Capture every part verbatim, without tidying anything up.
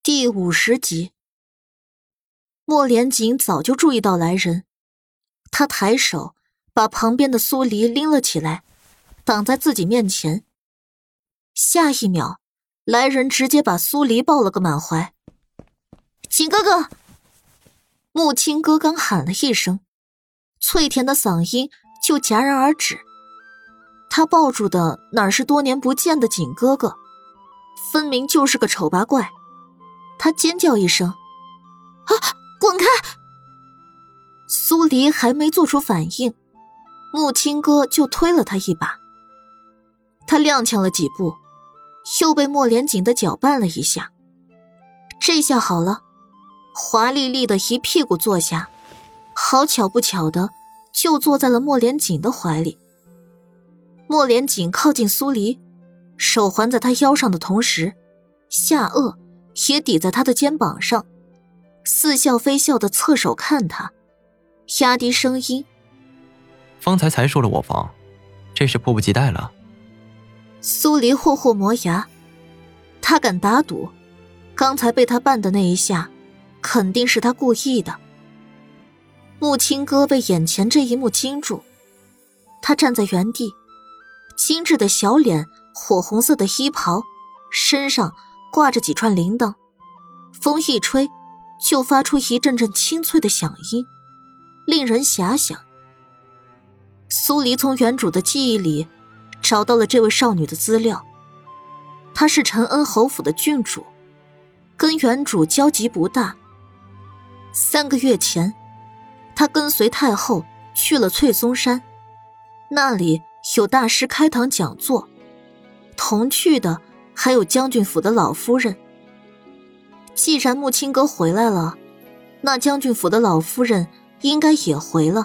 第五十集。莫连锦早就注意到来人，他抬手把旁边的苏黎拎了起来，挡在自己面前。下一秒，来人直接把苏黎抱了个满怀。锦哥哥！木青哥刚喊了一声，脆甜的嗓音就戛然而止。他抱住的哪是多年不见的锦哥哥，分明就是个丑八怪。他尖叫一声，啊，滚开！苏黎还没做出反应，木青哥就推了他一把。他踉跄了几步，又被莫连锦的脚绊了一下。这下好了，华丽丽的一屁股坐下，好巧不巧的就坐在了莫连锦的怀里。莫连锦靠近苏黎，手环在他腰上的同时，下颚也抵在他的肩膀上，似笑非笑地侧手看他，压低声音： 方才才说了我房，这是迫不及待了。 苏黎霍霍磨牙，他敢打赌，刚才被他绊的那一下肯定是他故意的。木青哥被眼前这一幕惊住，他站在原地，精致的小脸，火红色的衣袍，身上挂着几串铃铛，风一吹就发出一阵阵清脆的响音，令人遐想。苏黎从原主的记忆里找到了这位少女的资料，她是陈恩侯府的郡主，跟原主交集不大。三个月前，她跟随太后去了翠松山，那里有大师开堂讲座，同去的还有将军府的老夫人。既然木青哥回来了，那将军府的老夫人应该也回了。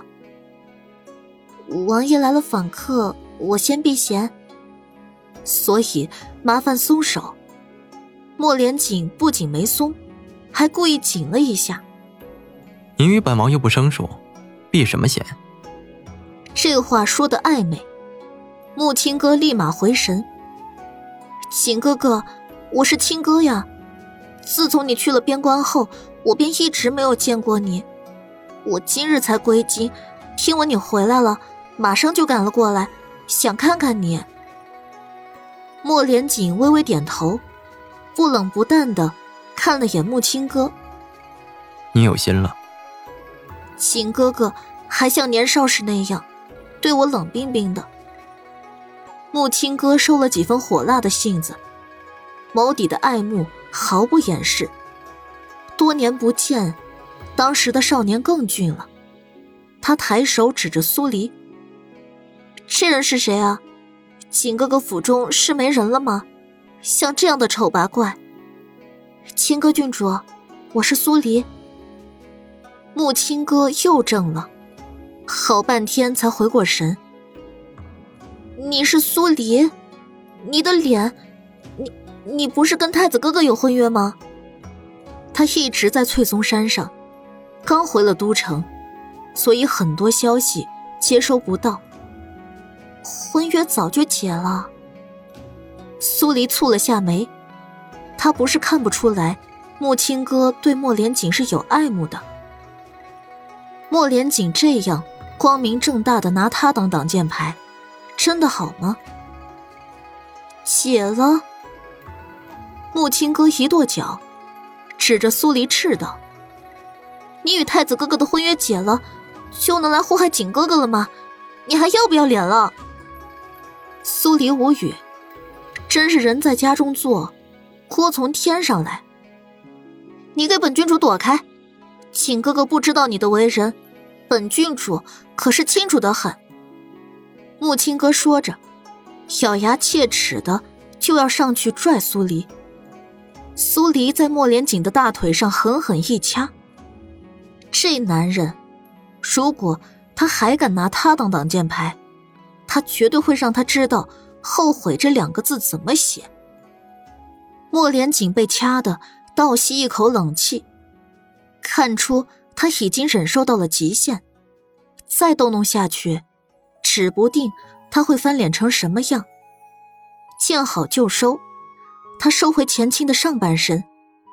王爷来了访客，我先避嫌，所以麻烦松手。莫连锦不仅没松，还故意紧了一下。 您与本王又不生疏，避什么嫌？ 这话说得暧昧，木青哥立马回神。锦哥哥，我是青哥呀，自从你去了边关后，我便一直没有见过你，我今日才归京，听闻你回来了，马上就赶了过来，想看看你。莫连锦微微点头，不冷不淡地看了眼木青哥。 你有心了。 锦哥哥还像年少时那样对我冷冰冰的。木青哥收了几分火辣的性子，眸底的爱慕毫不掩饰。多年不见，当时的少年更俊了。他抬手指着苏黎，这人是谁啊？锦哥哥府中是没人了吗？像这样的丑八怪。青哥郡主，我是苏黎。木青哥又怔了，好半天才回过神。你是苏黎？你的脸，你你不是跟太子哥哥有婚约吗？他一直在翠松山上，刚回了都城，所以很多消息接收不到。婚约早就结了。苏黎蹙了下眉，他不是看不出来木青哥对莫连锦是有爱慕的。莫连锦这样光明正大的拿他当挡箭牌，真的好吗？解了。木青哥一跺脚，指着苏黎斥道：你与太子哥哥的婚约解了，就能来祸害锦哥哥了吗？你还要不要脸了？苏黎无语，真是人在家中坐，锅从天上来。你给本郡主躲开，锦哥哥不知道你的为人，本郡主可是清楚得很。木青哥说着，咬牙切齿的就要上去拽苏黎。苏黎在莫连锦的大腿上狠狠一掐。这男人，如果他还敢拿他当挡箭牌，他绝对会让他知道后悔这两个字怎么写。莫连锦被掐得倒吸一口冷气，看出他已经忍受到了极限，再逗弄下去，指不定他会翻脸成什么样。见好就收，他收回前倾的上半身，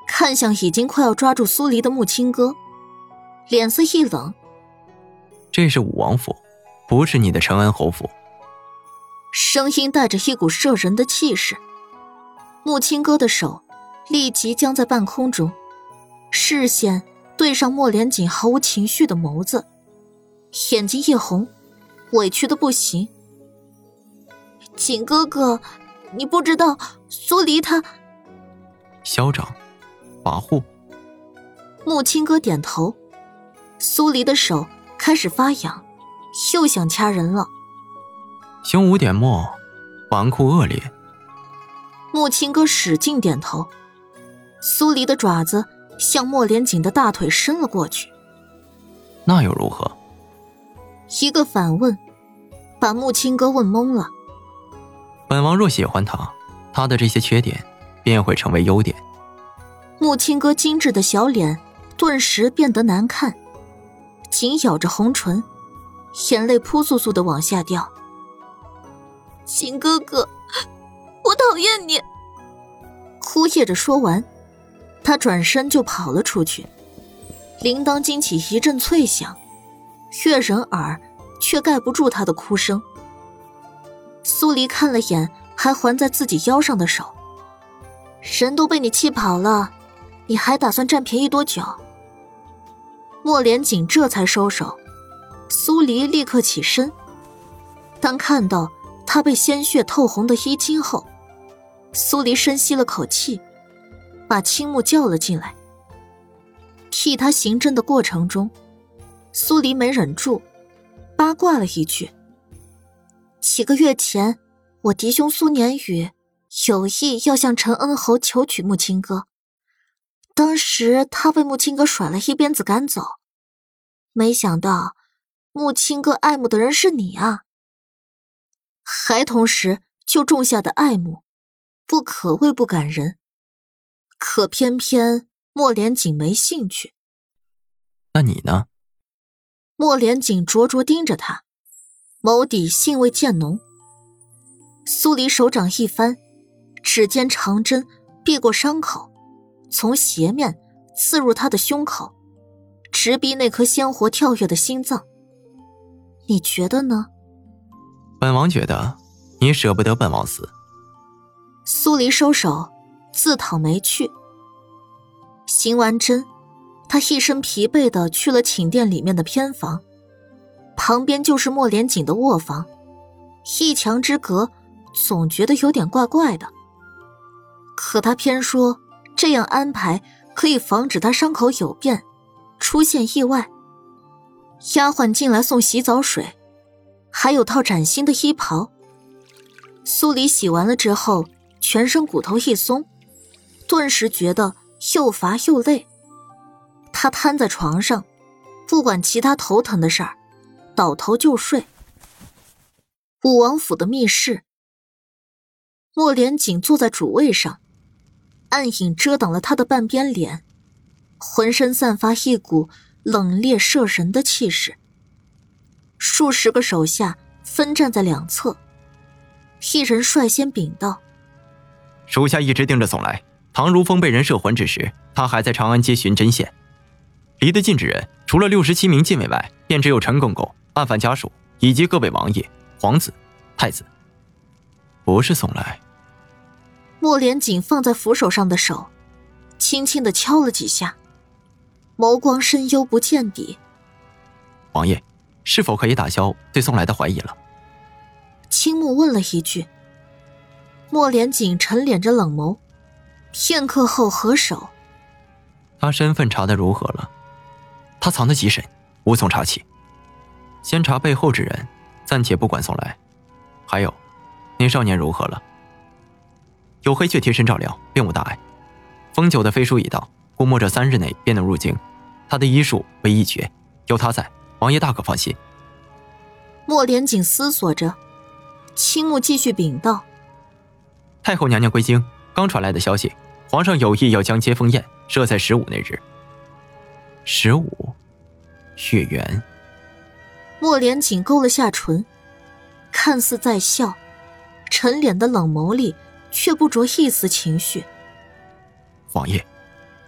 看向已经快要抓住苏黎的木青哥，脸色一冷。 这是武王府，不是你的承恩侯府。 声音带着一股摄人的气势。木青哥的手立即僵在半空中，视线对上莫连锦毫无情绪的眸子，眼睛一红，委屈的不行。锦哥哥，你不知道苏黎他…… 嚣张，跋扈。 木青哥点头，苏黎的手开始发痒，又想掐人了。 胸无点墨，纨绔恶劣。 木青哥使劲点头，苏黎的爪子向莫连锦的大腿伸了过去。 那又如何？ 一个反问，把木青哥问懵了。 本王若喜欢他，他的这些缺点便会成为优点。 木青哥精致的小脸顿时变得难看，紧咬着红唇，眼泪扑簌簌地往下掉。秦哥哥，我讨厌你！哭咽着说完，他转身就跑了出去。铃铛惊起一阵脆响，悦人耳却盖不住他的哭声。苏黎看了眼还环在自己腰上的手，人都被你气跑了，你还打算占便宜多久？莫连锦这才收手。苏黎立刻起身，当看到他被鲜血透红的衣襟后，苏黎深吸了口气，把青木叫了进来。替他行针的过程中，苏黎没忍住，八卦了一句：几个月前，我嫡兄苏年宇有意要向承恩侯求娶木青哥，当时他被木青哥甩了一鞭子赶走，没想到木青哥爱慕的人是你啊！孩童时就种下的爱慕，不可谓不感人，可偏偏莫连锦没兴趣。 那你呢？ 莫连锦灼灼盯着他，眸底兴味渐浓。苏黎手掌一翻，指尖长针避过伤口，从斜面刺入他的胸口，直逼那颗鲜活跳跃的心脏。你觉得呢？ 本王觉得你舍不得本王死。 苏黎收手，自讨没趣。行完针，他一身疲惫地去了寝殿里面的偏房，旁边就是莫连锦的卧房，一墙之隔，总觉得有点怪怪的。可他偏说这样安排可以防止他伤口有变，出现意外。丫鬟进来送洗澡水，还有套崭新的衣袍。苏黎洗完了之后，全身骨头一松，顿时觉得又乏又累。他瘫在床上，不管其他头疼的事儿，倒头就睡。武王府的密室，莫连锦坐在主位上，暗影遮挡了他的半边脸，浑身散发一股冷冽摄人的气势。数十个手下分站在两侧，一人率先禀道： 属下一直盯着宋来，唐如风被人摄魂之时，他还在长安街巡针线。离得近之人，除了六十七名禁卫外，便只有陈公公、案犯家属以及各位王爷、皇子、太子。不是宋来。 莫连锦放在扶手上的手轻轻地敲了几下，眸光深幽不见底。 王爷，是否可以打消对宋来的怀疑了？ 青木问了一句。莫连锦沉敛着冷眸，片刻后合手。 他身份查得如何了？他藏得极深，无从查起。先查背后之人，暂且不管宋来。还有，那少年如何了？有黑雀贴身照料，并无大碍。封酒的飞书已到，估摸着三日内便能入京。他的医术为一绝，有他在，王爷大可放心。 莫连锦思索着，青木继续禀道： 太后娘娘归京，刚传来的消息，皇上有意要将接风宴设在十五那日。十五，月圆。 莫连锦勾了下唇，看似在笑，沉敛的冷眸里却不着一丝情绪。 王爷，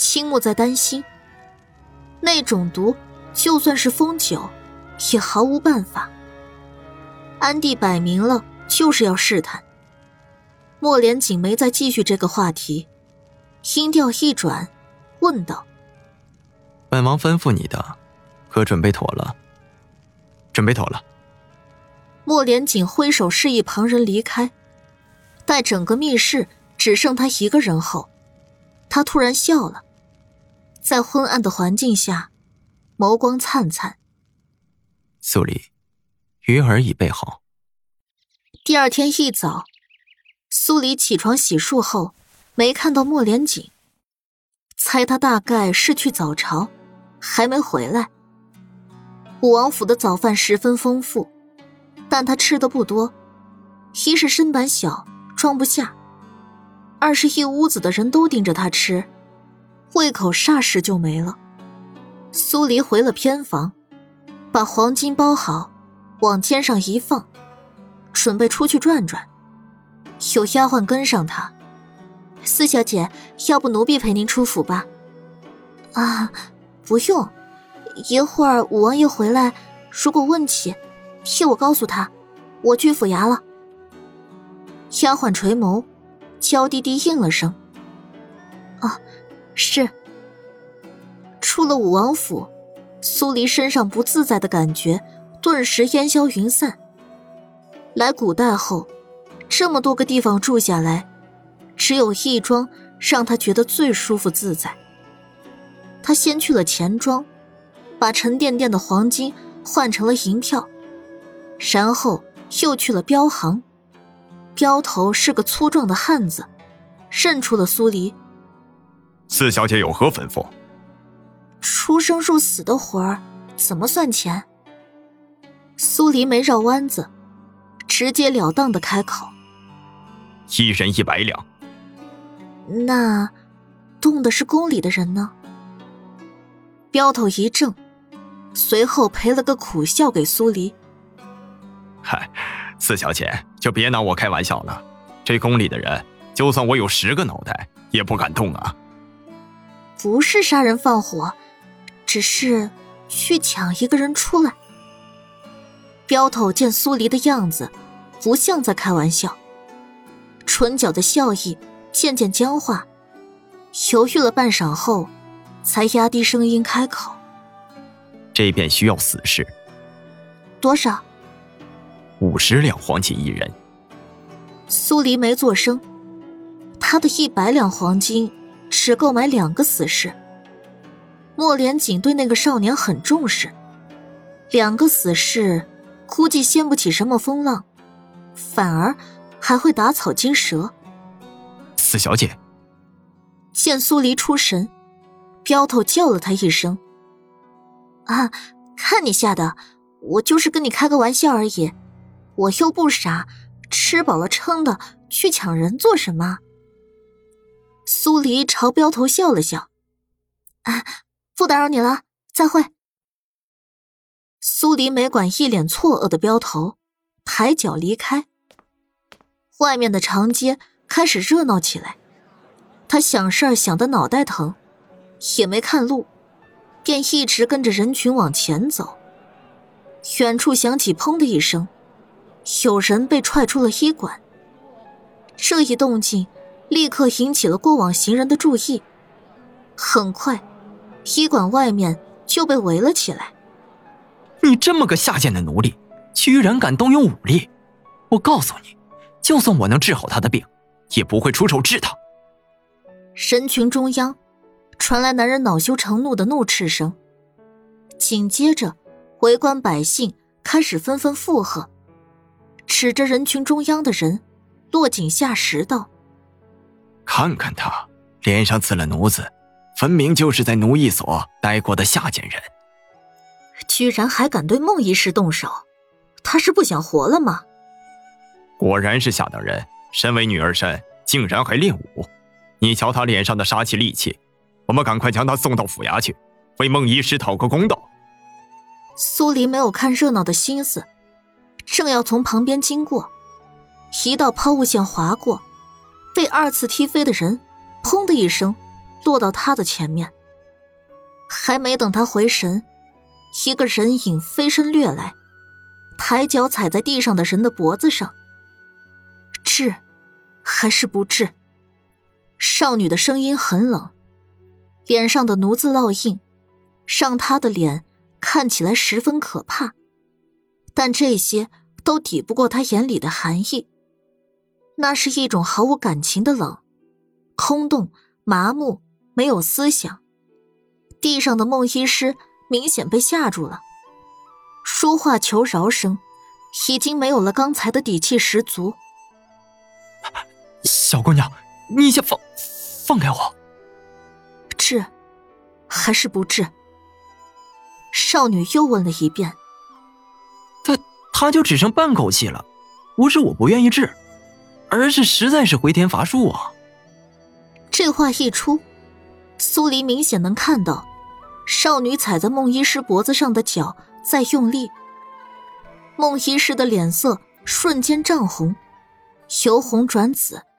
青木在担心，那种毒就算是封酒也毫无办法。安帝摆明了就是要试探。莫连锦没再继续这个话题，音调一转问道： 本王吩咐你的可准备妥了？准备妥了。 莫连锦挥手示意旁人离开，待整个密室只剩他一个人后，他突然笑了，在昏暗的环境下眸光灿灿。 苏黎，鱼儿已备好。 第二天一早，苏黎起床洗漱后没看到莫连锦，猜他大概是去早朝，还没回来。武王府的早饭十分丰富，但他吃的不多，一是身板小装不下，二是一屋子的人都盯着他吃，胃口霎时就没了。苏黎回了偏房，把黄金包好往肩上一放，准备出去转转。有丫鬟跟上他：四小姐，要不奴婢陪您出府吧？啊，不用，一会儿武王爷回来，如果问起，替我告诉他，我去府衙了。丫鬟垂眸，娇滴滴应了声：啊，是。出了武王府，苏黎身上不自在的感觉顿时烟消云散。来古代后，这么多个地方住下来，只有义庄让他觉得最舒服自在。他先去了钱庄，把沉甸甸的黄金换成了银票，然后又去了镖行。镖头是个粗壮的汉子，认出了苏黎。 四小姐有何吩咐？ 出生入死的活儿怎么算钱？苏黎没绕弯子，直截了当地开口： 一人一百两。 那动的是宫里的人呢？镖头一怔，随后赔了个苦笑给苏黎： 嗨，四小姐就别拿我开玩笑了，这宫里的人就算我有十个脑袋也不敢动啊。 不是杀人放火，只是去抢一个人出来。镖头见苏黎的样子不像在开玩笑，唇角的笑意渐渐僵化，犹豫了半晌后才压低声音开口： 这便需要死士。 多少？ 五十两黄金一人。 苏黎没作声，他的一百两黄金只够买两个死士。莫连锦对那个少年很重视，两个死士估计掀不起什么风浪，反而还会打草惊蛇。 四小姐。 见苏黎出神，镖头叫了他一声：啊，看你吓的，我就是跟你开个玩笑而已，我又不傻，吃饱了撑的去抢人做什么？苏黎朝镖头笑了笑：啊，不打扰你了，再会。苏黎没管一脸错愕的镖头，抬脚离开。外面的长街开始热闹起来，他想事儿想得脑袋疼，也没看路，便一直跟着人群往前走。远处响起砰的一声，有人被踹出了医馆。这一动静立刻引起了过往行人的注意，很快医馆外面就被围了起来。 你这么个下贱的奴隶，居然敢动用武力！我告诉你，就算我能治好他的病，也不会出手治他。 人群中央传来男人恼羞成怒的怒斥声，紧接着围观百姓开始纷纷附和，指着人群中央的人落井下石道： 看看他脸上刺了奴字，分明就是在奴役所待过的下贱人， 居然还敢对孟医师动手，他是不想活了吗？ 果然是下等人，身为女儿身，竟然还练武。你瞧他脸上的杀气戾气，我们赶快将他送到府衙去，为孟医师讨个公道。 苏黎没有看热闹的心思，正要从旁边经过，一道抛物线划过，被二次踢飞的人砰的一声落到他的前面。还没等他回神，一个人影飞身掠来，抬脚踩在地上的人的脖子上。治还是不治？少女的声音很冷，脸上的奴字烙印让她的脸看起来十分可怕，但这些都抵不过她眼里的寒意。那是一种毫无感情的冷，空洞、麻木，没有思想。地上的梦医师明显被吓住了，说话求饶声已经没有了刚才的底气十足。 小姑娘，你先放放开我。 治还是不治？少女又问了一遍。 他他就只剩半口气了，不是我不愿意治，而是实在是回天乏术啊。 这话一出，苏黎明显能看到少女踩在孟医师脖子上的脚在用力。孟医师的脸色瞬间涨红，由红转紫，